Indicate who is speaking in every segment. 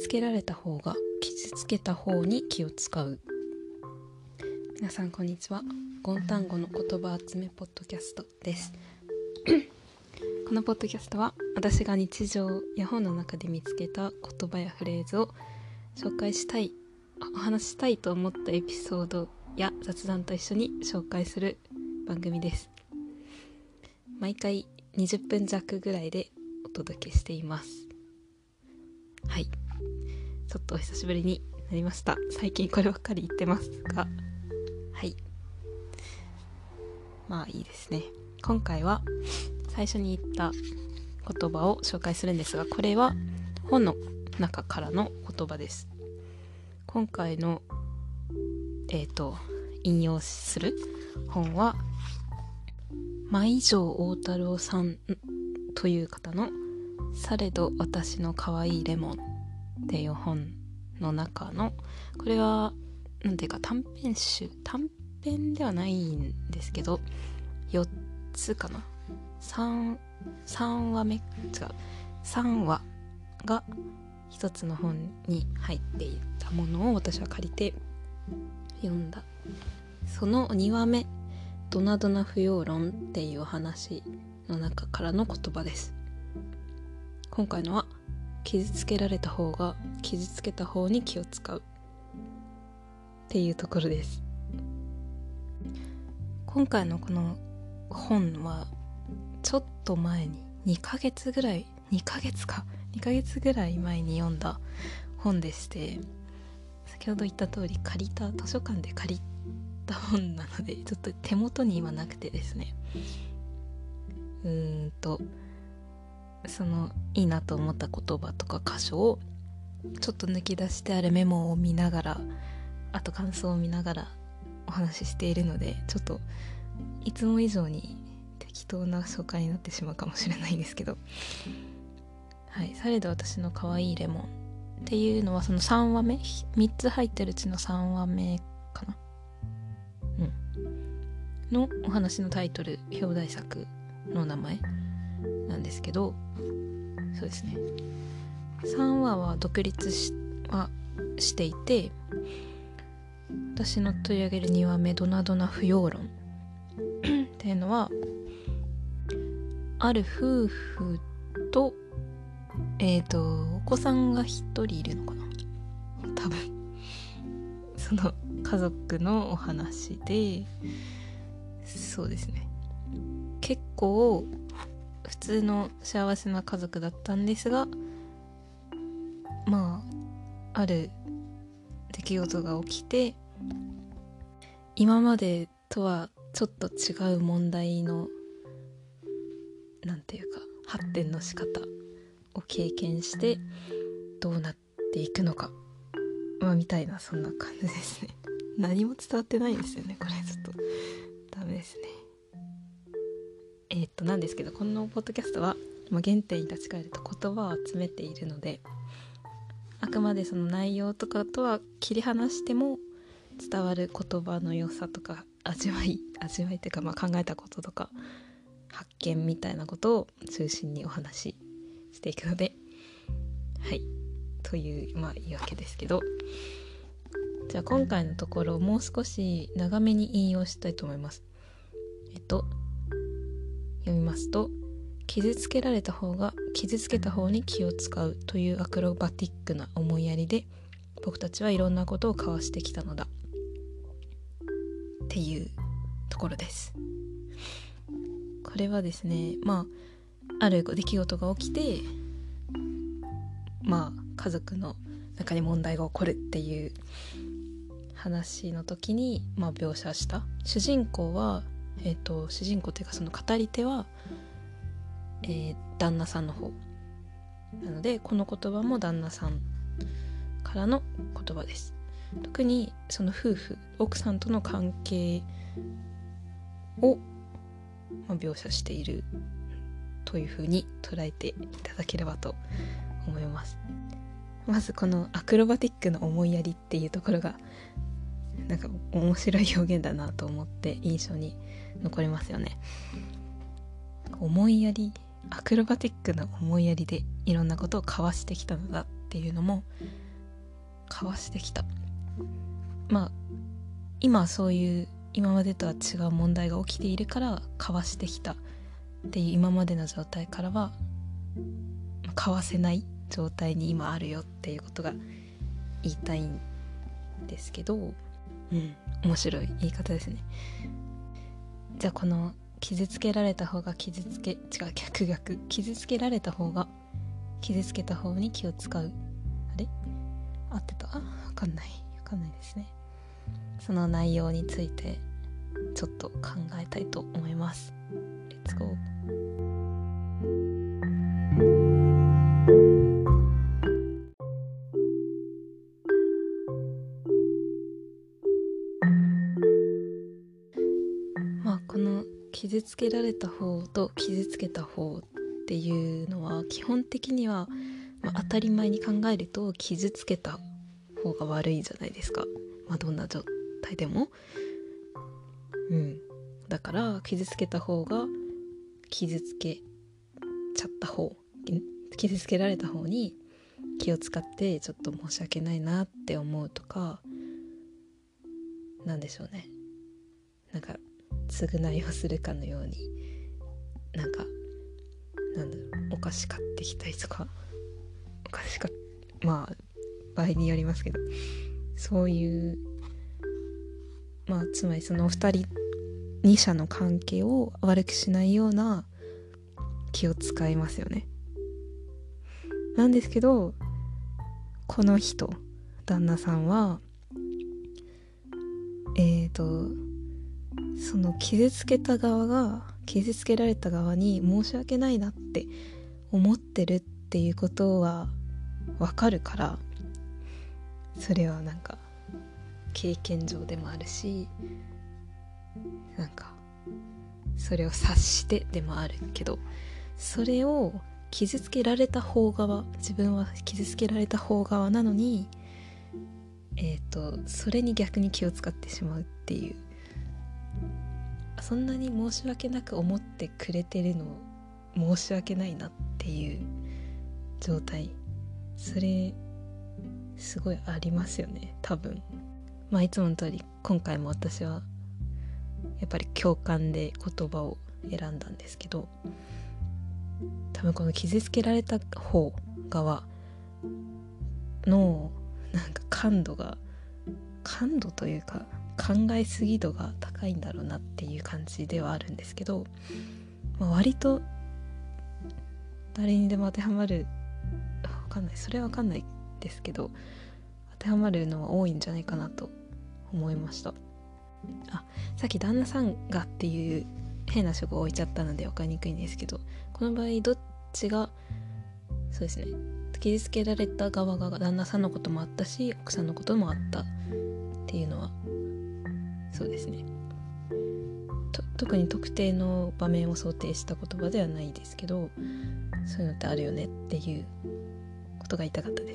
Speaker 1: つけられた方が傷つけた方に気を使う。皆さんこんにちは。ゴン単語の言葉集めポッドキャストですこのポッドキャストは私が日常や本の中で見つけた言葉やフレーズを紹介したい、お話したいと思ったエピソードや雑談と一緒に紹介する番組です。毎回20分弱ぐらいでお届けしています。はい、ちょっとお久しぶりになりました。最近こればっかり言ってますが、はい、まあいいですね。今回は最初に言った言葉を紹介するんですが、これは本の中からの言葉です。今回の引用する本は舞城大太郎さんという方のされど私の可愛いレモンっていう本の中の、これはなんていうか短編ではないんですけど、4つかな、3話が1つの本に入っていたものを私は借りて読んだ。その2話目、ドナドナ不要論っていう話の中からの言葉です。今回のは傷つけられた方が傷つけた方に気を使うっていうところです。今回のこの本はちょっと前に2ヶ月ぐらい前に読んだ本でして、先ほど言った通り図書館で借りた本なのでちょっと手元に今なくてですね、そのいいなと思った言葉とか箇所をちょっと抜き出してあるメモを見ながら、あと感想を見ながらお話ししているので、ちょっといつも以上に適当な紹介になってしまうかもしれないんですけど、はい、されど私の可愛いレモンっていうのはその3話目、3つ入ってるうちの3話目かな、のお話のタイトル、表題作の名前なんですけど、そうですね、3話は独立していて、私の取り上げる2話目、ドナドナ不要論っていうのは、ある夫婦とお子さんが一人いるのかな、多分その家族のお話で、そうですね、結構普通の幸せな家族だったんですが、まあある出来事が起きて、今までとはちょっと違う問題のなんていうか発展の仕方を経験してどうなっていくのか、みたいな、そんな感じですね。何も伝わってないんですよね、これちょっとダメですね。なんですけど、このポッドキャストは、原点に立ち返ると言葉を集めているので、あくまでその内容とかとは切り離しても伝わる言葉の良さとか味わいっていうか、考えたこととか発見みたいなことを中心にお話ししていくので、はいという言い訳ですけど、じゃあ今回のところをもう少し長めに引用したいと思います。読みますと、傷つけられた方が傷つけた方に気を使うというアクロバティックな思いやりで、僕たちはいろんなことを交わしてきたのだっていうところです。これはですね、ある出来事が起きて、家族の中に問題が起こるっていう話の時に、描写した主人公は、主人公というかその語り手は、旦那さんの方なので、この言葉も旦那さんからの言葉です。特にその夫婦、奥さんとの関係を、描写しているというふうに捉えていただければと思います。まずこのアクロバティックな思いやりっていうところがなんか面白い表現だなと思って印象に残りますよね。思いやり、アクロバティックな思いやりでいろんなことを交わしてきたのだっっていうのもかわしてきた。まあ今そういう今までとは違う問題が起きているからかわしてきたっていう今までの状態からはかわせない状態に今あるよっていうことが言いたいんですけど、面白い言い方ですね。じゃあこの傷つけられた方が傷つけられた方が傷つけた方に気を使う、あれ合ってた？わかんないですね。その内容についてちょっと考えたいと思います。レッツゴー。この傷つけられた方と傷つけた方っていうのは基本的には、当たり前に考えると傷つけた方が悪いじゃないですか。どんな状態でも。だから傷つけた方が傷つけられた方に気を使ってちょっと申し訳ないなって思うとか、なんでしょうね、なんか償いをするかのようにお菓子買ってきたりとか、場合によりますけど、そういうつまりその二者の関係を悪くしないような気を使いますよね。なんですけど、この人旦那さんはその傷つけられた側に申し訳ないなって思ってるっていうことはわかるから、それは経験上でもあるし、それを察してでもあるけど、それを傷つけられた方側、自分は傷つけられた方側なのにそれに逆に気を使ってしまうっていう、そんなに申し訳なく思ってくれてるの申し訳ないなっていう状態、それすごいありますよね、多分。いつもの通り今回も私はやっぱり共感で言葉を選んだんですけど、多分この傷つけられた方側の感度というか考えすぎ度が高いんだろうなっていう感じではあるんですけど、割と誰にでも当てはまる、それは分かんないですけど、当てはまるのは多いんじゃないかなと思いました。さっき旦那さんがっていう変な主語を置いちゃったので分かりにくいんですけど、この場合どっちがそうですね、傷つけられた側が旦那さんのこともあったし奥さんのこともあったっていうのはそうですね、特に特定の場面を想定した言葉ではないですけど、そういうのってあるよねっていうことが言いたかったです。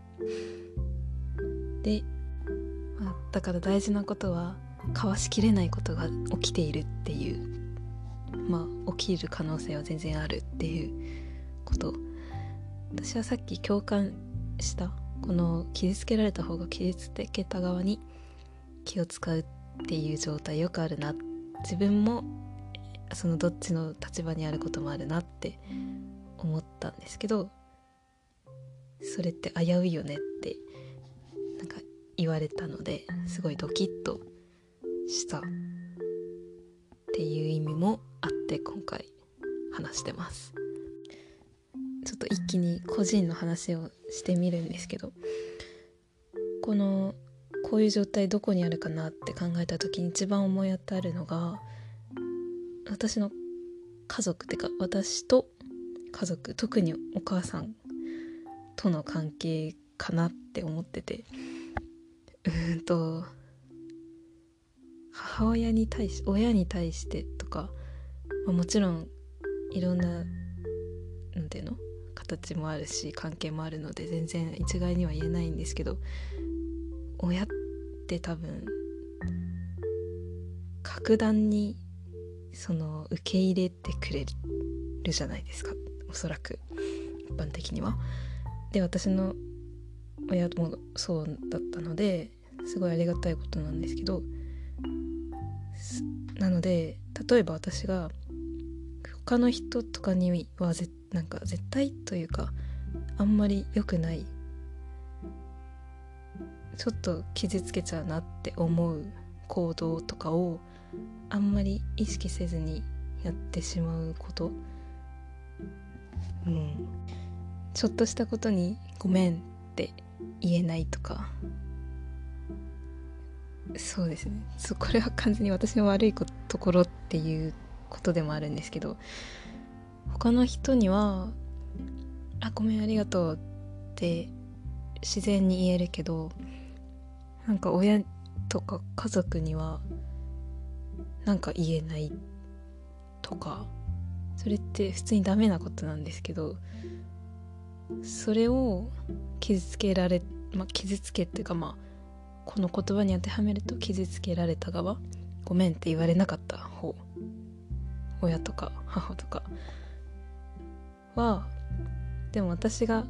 Speaker 1: で、だから大事なことはかわしきれないことが起きているっていう、起きる可能性は全然あるっていうこと。私はさっき共感したこの傷つけられた方が傷つけた側に気を使うっていう状態よくあるな、自分もそのどっちの立場にあることもあるなって思ったんですけど、それって危ういよねって言われたので、すごいドキッとしたっていう意味もあって今回話してます。ちょっと一気に個人の話をしてみるんですけど、こういう状態どこにあるかなって考えた時に一番思い当たるのが、私の家族ってか私と家族、特にお母さんとの関係かなって思ってて、親に対してとか、もちろんいろんな形もあるし関係もあるので全然一概には言えないんですけど、親って多分格段に受け入れてくれるじゃないですか、おそらく一般的には。で、私の親もそうだったのですごいありがたいことなんですけど、なので例えば私が他の人とかにはなんか絶対というかあんまり良くない、ちょっと傷つけちゃうなって思う行動とかをあんまり意識せずにやってしまうこと、ちょっとしたことにごめんって言えないとか、そうですね、これは完全に私の悪いところっていうことでもあるんですけど、他の人にはごめんありがとうって自然に言えるけど、なんか親とか家族にはなんか言えないとか、それって普通にダメなことなんですけど、それを傷つけっていうか、この言葉に当てはめると傷つけられた側、ごめんって言われなかった方、親とか母とかは、でも私が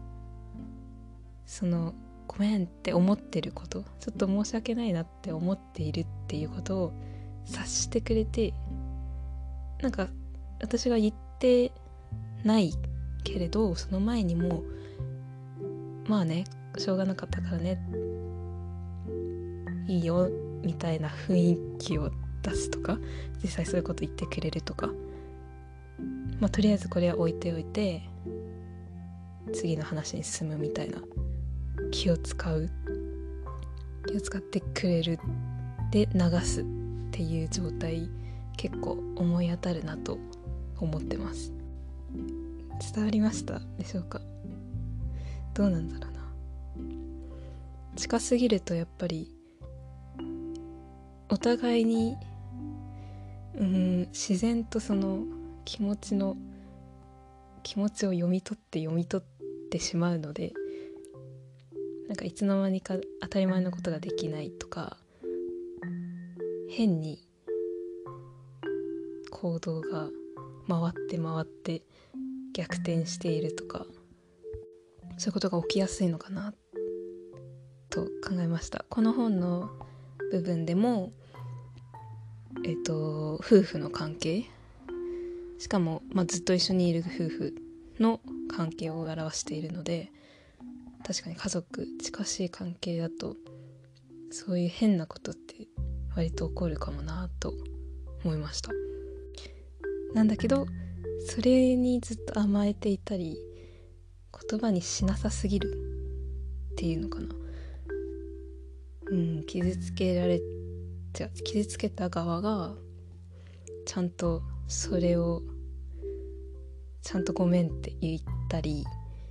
Speaker 1: そのごめんって思ってること、ちょっと申し訳ないなって思っているっていうことを察してくれて、なんか私が言ってないけれどその前にもしょうがなかったからね、いいよみたいな雰囲気を出すとか、実際そういうこと言ってくれるとか、とりあえずこれは置いておいて次の話に進むみたいな、気を使ってくれるで流すっていう状態、結構思い当たるなと思ってます。伝わりましたでしょうか。どうなんだろうな。近すぎるとやっぱりお互いに自然とその気持ちを読み取ってしまうので、なんかいつの間にか当たり前のことができないとか、変に行動が回って逆転しているとか、そういうことが起きやすいのかなと考えました。この本の部分でも夫婦の関係、しかも、ずっと一緒にいる夫婦の関係を表しているので、確かに家族、近しい関係だとそういう変なことって割と起こるかもなと思いました。なんだけどそれにずっと甘えていたり、言葉にしなさすぎるっていうのかな、傷つけた側がちゃんとそれをちゃんとごめんって言ったり、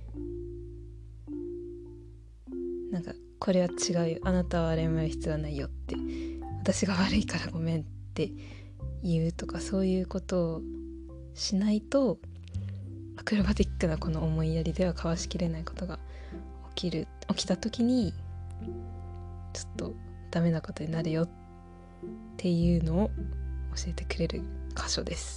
Speaker 1: なんかこれは違うよ、あなたは謝る必要はないよって、私が悪いからごめんって言うとか、そういうことをしないとアクロバティックなこの思いやりでは交わしきれないことが起きた時にちょっとダメなことになるよっていうのを教えてくれる箇所です。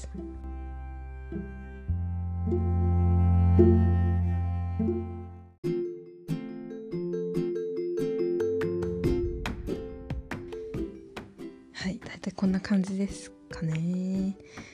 Speaker 1: はい、だいたいこんな感じですかね。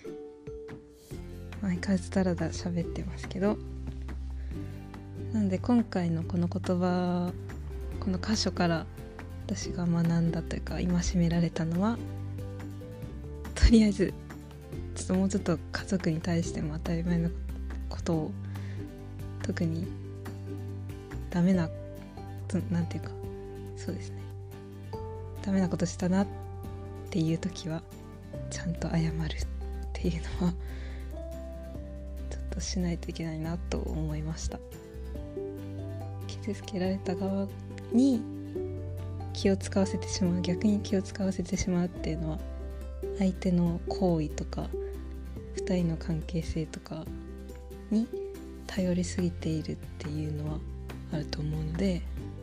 Speaker 1: 相変わらずだらだら喋ってますけど、なんで今回のこの言葉、この箇所から私が学んだというか戒められたのは、とりあえずもうちょっと家族に対しても当たり前のことを、特にダメな、なんていうか、そうですね、ダメなことしたなっていう時はちゃんと謝るっていうのはちょっとしないといけないなと思いました。傷つけられた側に気を使わせてしまう、逆に気を使わせてしまうっていうのは、相手の行為とか二人の関係性とかに頼りすぎているっていうのはあると思うので、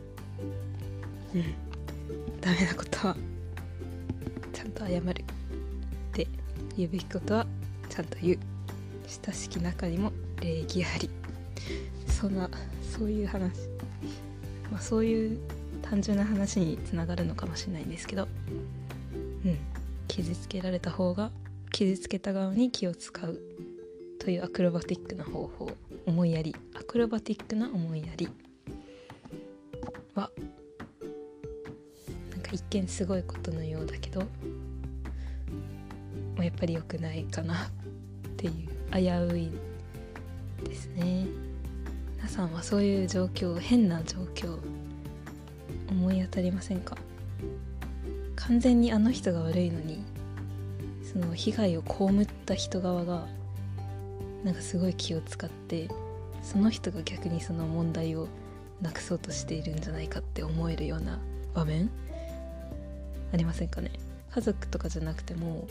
Speaker 1: ダメなことはちゃんと謝るって言うべきことはちゃんと言う、親しき中にも礼儀あり、そういう話そういう単純な話につながるのかもしれないんですけど、傷つけられた方が傷つけた側に気を使うというアクロバティックな方法、アクロバティックな思いやりはなんか一見すごいことのようだけど、やっぱり良くないかなっていう危ういですね。皆さんはそういう変な状況思い当たりませんか？完全にあの人が悪いのに、その被害を被った人側がなんかすごい気を使って、その人が逆にその問題をなくそうとしているんじゃないかって思えるような場面ありませんかね？家族とかじゃなくても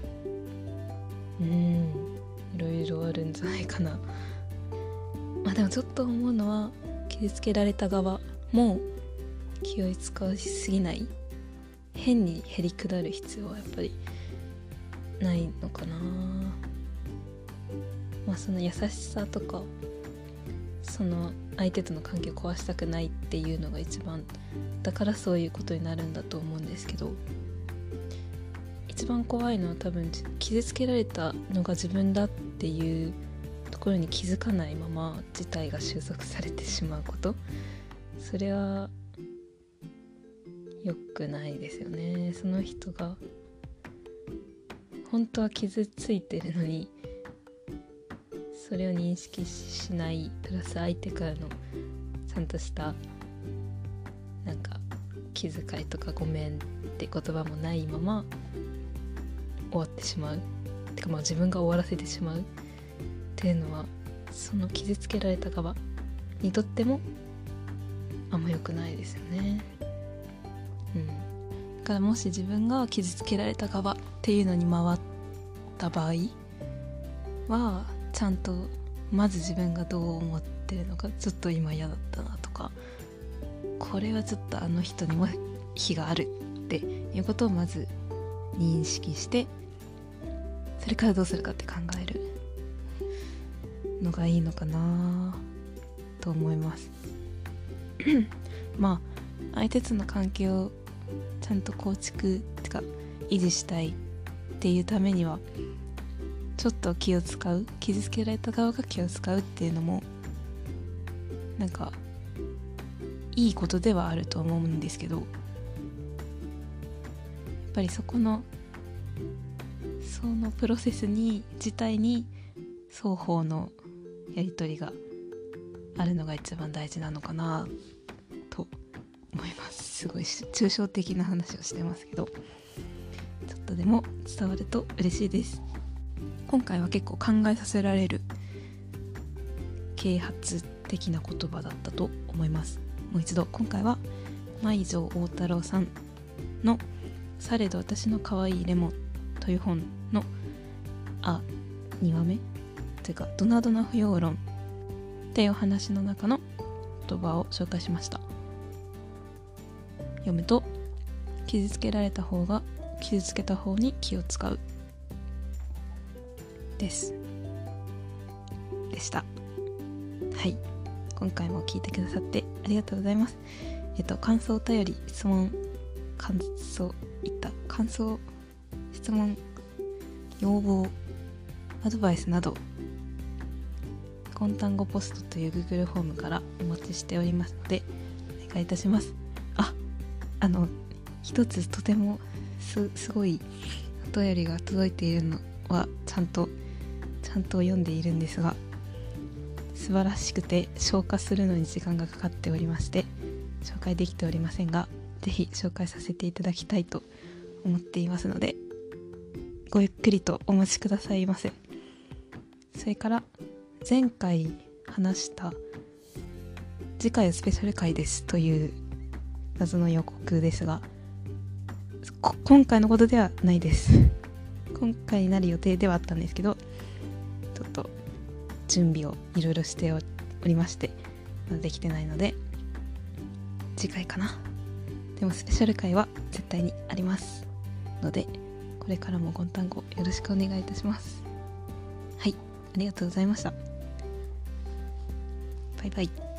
Speaker 1: いろいろあるんじゃないかな。でもちょっと思うのは、傷つけられた側も気を使いすぎない、変にへりくだる必要はやっぱりないのかな。その優しさとか、その相手との関係を壊したくないっていうのが一番だからそういうことになるんだと思うんですけど、一番怖いのは多分傷つけられたのが自分だっていうところに気づかないまま事態が収束されてしまうこと、それは良くないですよね。その人が本当は傷ついてるのにそれを認識しない、プラス相手からのちゃんとしたなんか気遣いとかごめんって言葉もないまま終わってしまう、てか自分が終わらせてしまうっていうのは、その傷つけられた側にとってもあんま良くないですよね。だからもし自分が傷つけられた側っていうのに回った場合は、ちゃんとまず自分がどう思ってるのか、ちょっと今嫌だったなとか、これはちょっとあの人にも非があるっていうことをまず認識して、それからどうするかって考えるのがいいのかなと思います相手との関係をちゃんと構築ってか維持したいっていうためには、ちょっと気を使う、傷つけられた側が気を使うっていうのもなんかいいことではあると思うんですけど、やっぱりそのプロセス自体に双方のやり取りがあるのが一番大事なのかなと思います。すごい抽象的な話をしてますけど、ちょっとでも伝わると嬉しいです。今回は結構考えさせられる啓発的な言葉だったと思います。もう一度、今回は舞城大太郎さんのされど私の可愛いレモンという本の2話目というかドナドナ不要論っていうお話の中の言葉を紹介しました。読むと、傷つけられた方が傷つけた方に気を使うでした。はい、今回も聞いてくださってありがとうございます。感想、お便り、質問、質問、要望、アドバイスなどコンタンゴポストという Google フォームからお待ちしておりますのでお願いいたします。一つとてもすごいお便りが届いているのはちゃんと読んでいるんですが、素晴らしくて消化するのに時間がかかっておりまして紹介できておりませんが、ぜひ紹介させていただきたいと思っていますので、ごゆっくりとお待ちくださいませ。それから前回話した次回はスペシャル回ですという謎の予告ですが、今回のことではないです。今回になる予定ではあったんですけど、ちょっと準備をいろいろしておりましてまだできてないので次回かな。でもスペシャル回は絶対にありますので、これからもゴンタンゴよろしくお願いいたします。はい、ありがとうございました。バイバイ。